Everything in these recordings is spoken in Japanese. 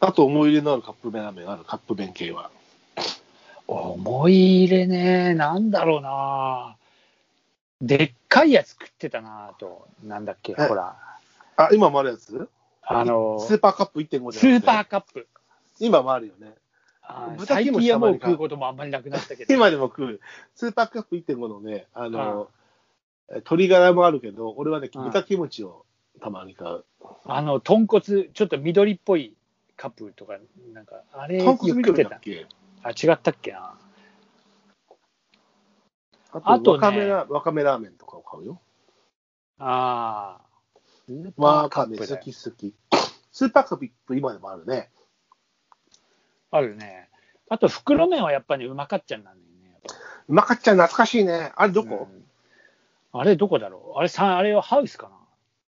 あと思い入れのあるカップ麺ラーメンある、カップ麺系は。 思い入れね、なんだろうな。でっかいやつ食ってたなと、なんだっけ、ほら。 あ、今もあるやつ？スーパーカップ 1.5 じゃなくて。 スーパーカップ。 今もあるよね。 最近はもう食うこともあんまりなくなったけど。 今でも食う。スーパーカップ 1.5 のね、鶏ガラもあるけど、俺はね、豚キムチをたまに買う。 豚骨、ちょっと緑っぽいカップとか、なんか、あれ、 豚骨緑だっけ？ あ、違ったっけな。 あと、わかめラーメンとかを買うよ。 ああ。 わかめ好き好き。スーパーカップ今でもあるね。 あるね。あと、袋麺はやっぱりうまかっちゃんなんだよね。 うまかっちゃん懐かしいね。あれどこ？ あれどこだろう？あれはハウスかな？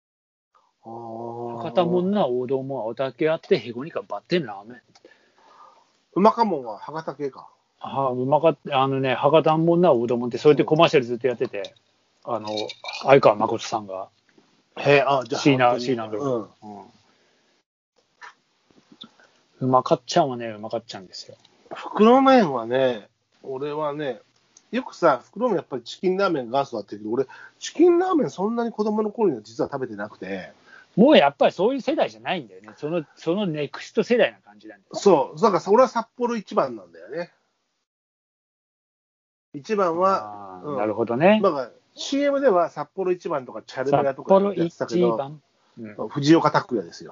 博多もんな王道もおたけあってへごにかバッテンラーメン。 うまかもんは博多系か。 うまかった。博多もんな王道もんって、そうやってコマーシャルずっとやってて、相川誠さんが。 じゃあ、 シーナの。うまかっちゃんはね、うまかっちゃんですよ。 袋麺はね、俺はね、よくさ、袋麺やっぱりチキンラーメン元祖だって言うけど、俺、チキンラーメンそんなに子供の頃には実は食べてなくて。 もうやっぱりそういう世代じゃないんだよね。そのネクスト世代な感じなんだよ。 そう。だから俺は札幌一番なんだよね。一番は、 なるほどね。 なんか CM では札幌一番とかチャルメラとかやってたけど、藤岡拓也ですよ。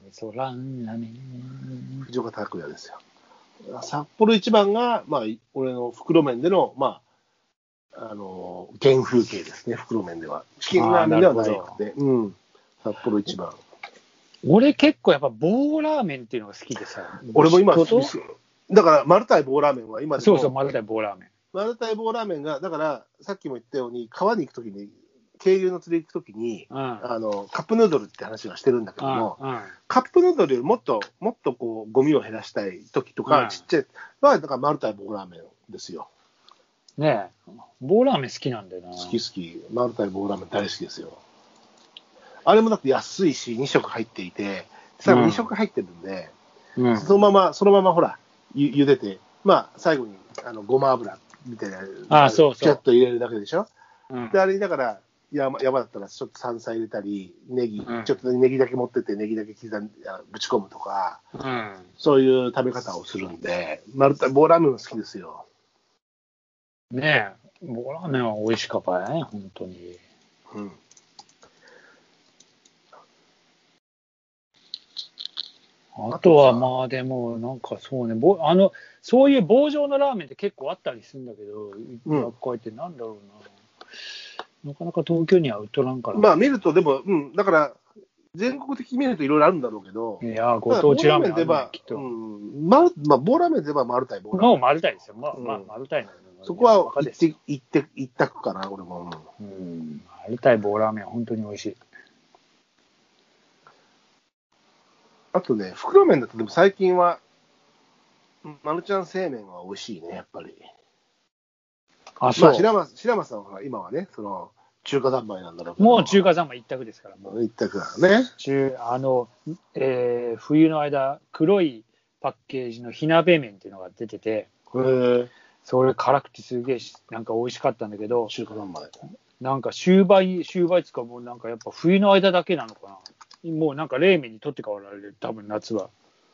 藤岡拓也ですよ。札幌一番が、まあ、俺の袋麺での、まあ、原風景ですね、袋麺では。チキンラーメンではなくて、札幌一番。 俺結構やっぱ棒ラーメンっていうのが好きでさ。 俺も今好きです。だから、マルタイ棒ラーメンは今でも。 そうそう、マルタイ棒ラーメン。 マルタイ棒ラーメンが、だから、さっきも言ったように、川に行くときに、渓流の釣り行くときに、カップヌードルって話はしてるんだけども、カップヌードルよりもっとこう、ゴミを減らしたいときとか、ちっちゃい、だからマルタイ棒ラーメンですよ。 ねえ、棒ラーメン好きなんだよな。 好き。マルタイ棒ラーメン大好きですよ。あれもだって安いし、2食入っていて、さらに2食入ってるんで、そのままほら、茹でて、まあ、最後にごま油みたいな、ちょっと入れるだけでしょ。で、あれだから、山だったらちょっと山菜入れたり、ネギ、ちょっとネギだけ持ってて、ネギだけぶち込むとか、そういう食べ方をするんで、棒ラーメンも好きですよ。 ねえ、棒ラーメンは美味しかったね、本当に。あとはまあでもなんかそうね、そういう棒状のラーメンって結構あったりするんだけど、こうやってなんだろうな、なかなか東京には売っとらんから。 まあ見るとでも、だから全国的に見るといろいろあるんだろうけど、 いやご当地ラーメンではきっと、まあ棒ラーメンではマルタイ棒ラーメン。 もうマルタイですよ。まあマルタイの。 そこは一択かな、俺も。 マルタイ棒ラーメンは本当に美味しい。 あとね、袋麺だとでも最近は、マルちゃん製麺は美味しいね、やっぱり。そう。まあ、白松さんは今はね、その、中華三昧なんだろうけど。 もう中華三昧一択ですから、もう。 一択だね。 冬の間、黒いパッケージの火鍋麺っていうのが出てて、それ辛くてすげえ、なんか美味しかったんだけど、 中華三昧。 なんか終売つかもうなんかやっぱ冬の間だけなのかな。もうなんか冷麺に取って代わられる、多分夏は。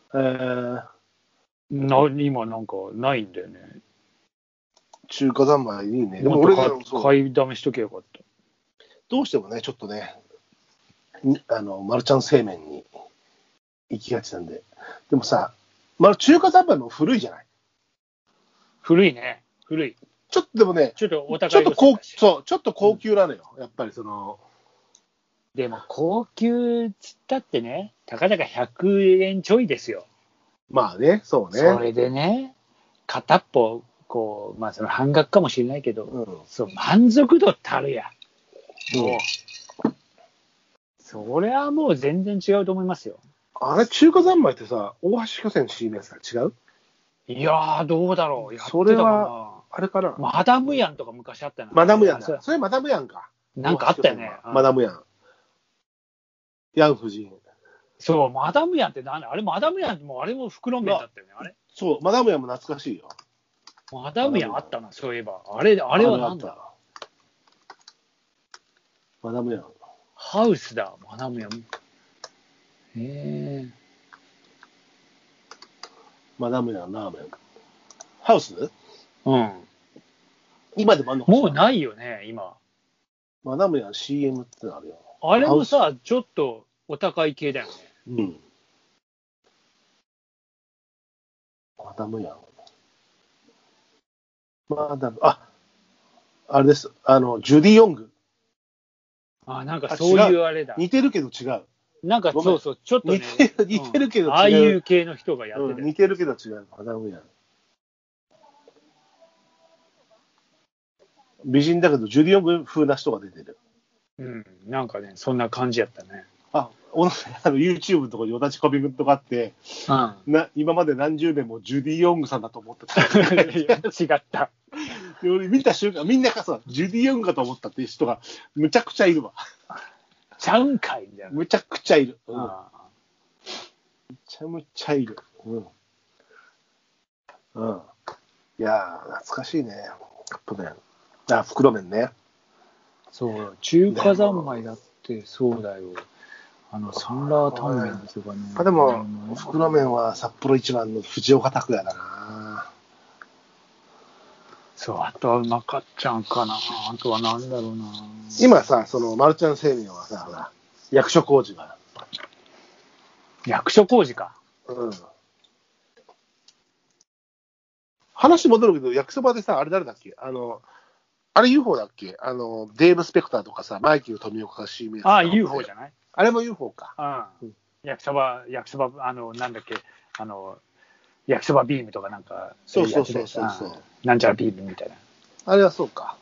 今なんかないんだよね。 中華三昧いいね。 でも俺買いだめしとけよかった。 どうしてもね、ちょっとね、マルちゃん製麺に行きがちなんで。でもさ、中華三昧も古いじゃない？ 古いね。古い。 ちょっとでもね、 ちょっとお高いちょっと高級なのよ。やっぱりその。 でも高級つったってね、たかだか100円ちょいですよ。 まあね、そうね。 それでね、片っぽ、こう、まあその半額かもしれないけど、そう満足度たるや。もう、それはもう全然違うと思いますよ。 あれ、中華三昧ってさ、大橋巨泉 CM やつ違う？ いやー、どうだろう。やってたかな。 それは、あれかな。 マダムヤンとか昔あったな。 マダムヤンだ。それマダムヤンか。 なんかあったよね。 マダムヤン。ヤン夫人。 そう、マダムヤンって何？あれ、マダムヤンってもうあれも袋麺だったよね、あれ。 そう、マダムヤンも懐かしいよ。 マダムヤンあったな、そういえば。あれは何だ？ マダムヤン。 ハウスだ、マダムヤン。へえ。 マダムヤンラーメン。ハウス？ うん。 今でもあんのかしら？ もうないよね、今。 マダムヤン CM ってあるよ。 あれもさ、ちょっとお高い系だよね。 うん。マダムヤン。あれです。ジュディ・ヨング。 あ、なんかそういうあれだ。 似てるけど違う。 なんかそうそう、ちょっとね。 似てるけど違う。 ああいう系の人がやってた、 似てるけど違う。マダムヤン。美人だけど、ジュディ・ヨング風な人が出てる。 うん、なんかね、そんな感じやったね。 YouTube のところに同じコメントがあって、今まで何十年もジュディ・ヨングさんだと思ってた。 違った。 俺見た瞬間、みんながさ、ジュディ・ヨングかと思ったっていう人がむちゃくちゃいるわ。 ちゃうんかいみたいな。 むちゃくちゃいる。むちゃむちゃいる。いやー、懐かしいね。カップ麺。袋麺ね。 そう、中華三昧だって、そうだよ。サンラータンメンとかね。 でも、袋麺は札幌一番の藤岡拓也だな。 そう、あとはうまかっちゃんかな。あとはなんだろうな。 今さ、マルちゃん製麺はさ、ほら、役所広司が。 役所広司か。 うん。話戻るけど、焼きそばでさ、あれ誰だっけ？あれ UFO だっけ？デーブ・スペクターとかさ、マイケル富岡が CM やってた。 UFO じゃない？ あれも UFO か。 焼きそば、なんだっけ、焼きそばビームとかなんか、 そう。 なんちゃらビームみたいな。 あれはそうか。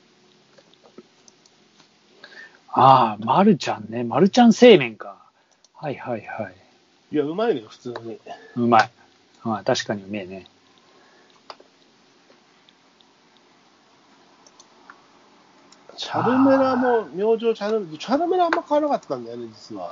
マルちゃんね。マルちゃん製麺か。はい。 いや、うまいね、普通に。 うまい。確かにうめえね。 チャルメラも、明星チャルメラあんま買わなかったんだよね、実は。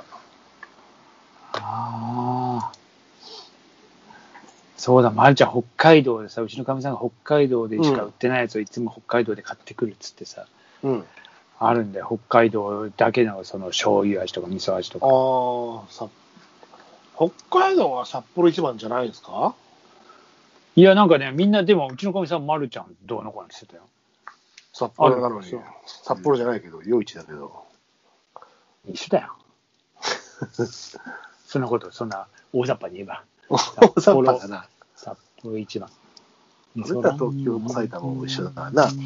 そうだ、マルちゃん北海道でさ、うちのかみさんが北海道でしか売ってないやつをいつも北海道で買ってくるっつってさ、あるんだよ、北海道だけのその醤油味とか味噌味とか。 北海道は札幌一番じゃないですか？ いや、なんかね、みんなでもうちのかみさん、マルちゃんどうのこうのしてたよ。 札幌なのに、札幌じゃないけど、夜市だけど。 一緒だよ。そんなこと、そんな大雑把に言えば。 大雑把だな。 札幌一番。 それだ東京も埼玉も一緒だからな。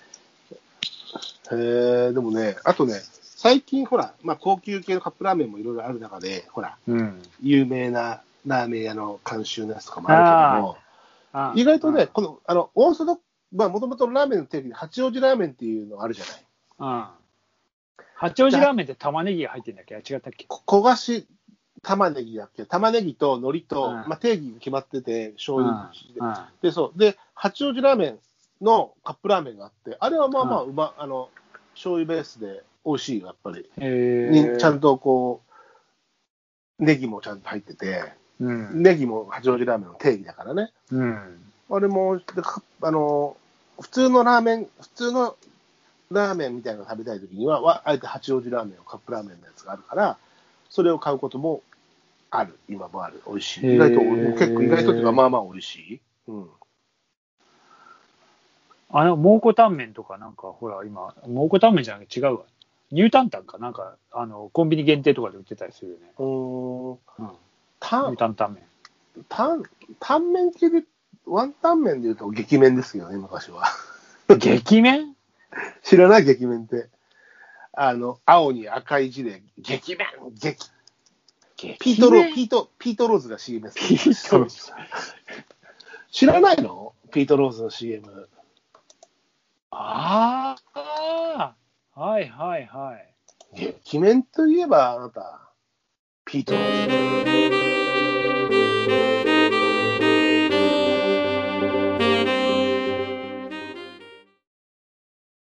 でもね、あとね、最近ほら、高級系のカップラーメンもいろいろある中で、ほら、有名なラーメン屋の監修のやつとかもあるけども、意外とね、オーソドックス、もともとラーメンの定義で八王子ラーメンっていうのあるじゃない。 八王子ラーメンって玉ねぎが入ってるんだっけ？違ったっけ？ 焦がし玉ねぎだっけ？玉ねぎと海苔と、定義が決まってて、醤油で。で、八王子ラーメンのカップラーメンがあって、あれは醤油ベースで美味しいよ、やっぱり。ちゃんとこう、ネギもちゃんと入ってて、ネギも八王子ラーメンの定義だからね。あれも、普通のラーメンみたいなのを食べたいときには、あえて八王子ラーメンをカップラーメンのやつがあるから、それを買うこともある。今もある。美味しい。意外とっていうか、まあまあ美味しい。 蒙古タンメンとかなんか、ほら、今、蒙古タンメンじゃなくて違うわ。ニュータンタンかなんか、コンビニ限定とかで売ってたりするよね。ニュータンタンメン。 タンメン系で、ワンタンメンで言うと激麺ですよね、昔は。 激麺？ 知らない激麺って。青に赤い字で、激麺ピートローズが CM です。知らないの？ピートローズの CM。 はい。 激麺といえば、あなた、ピートローズ。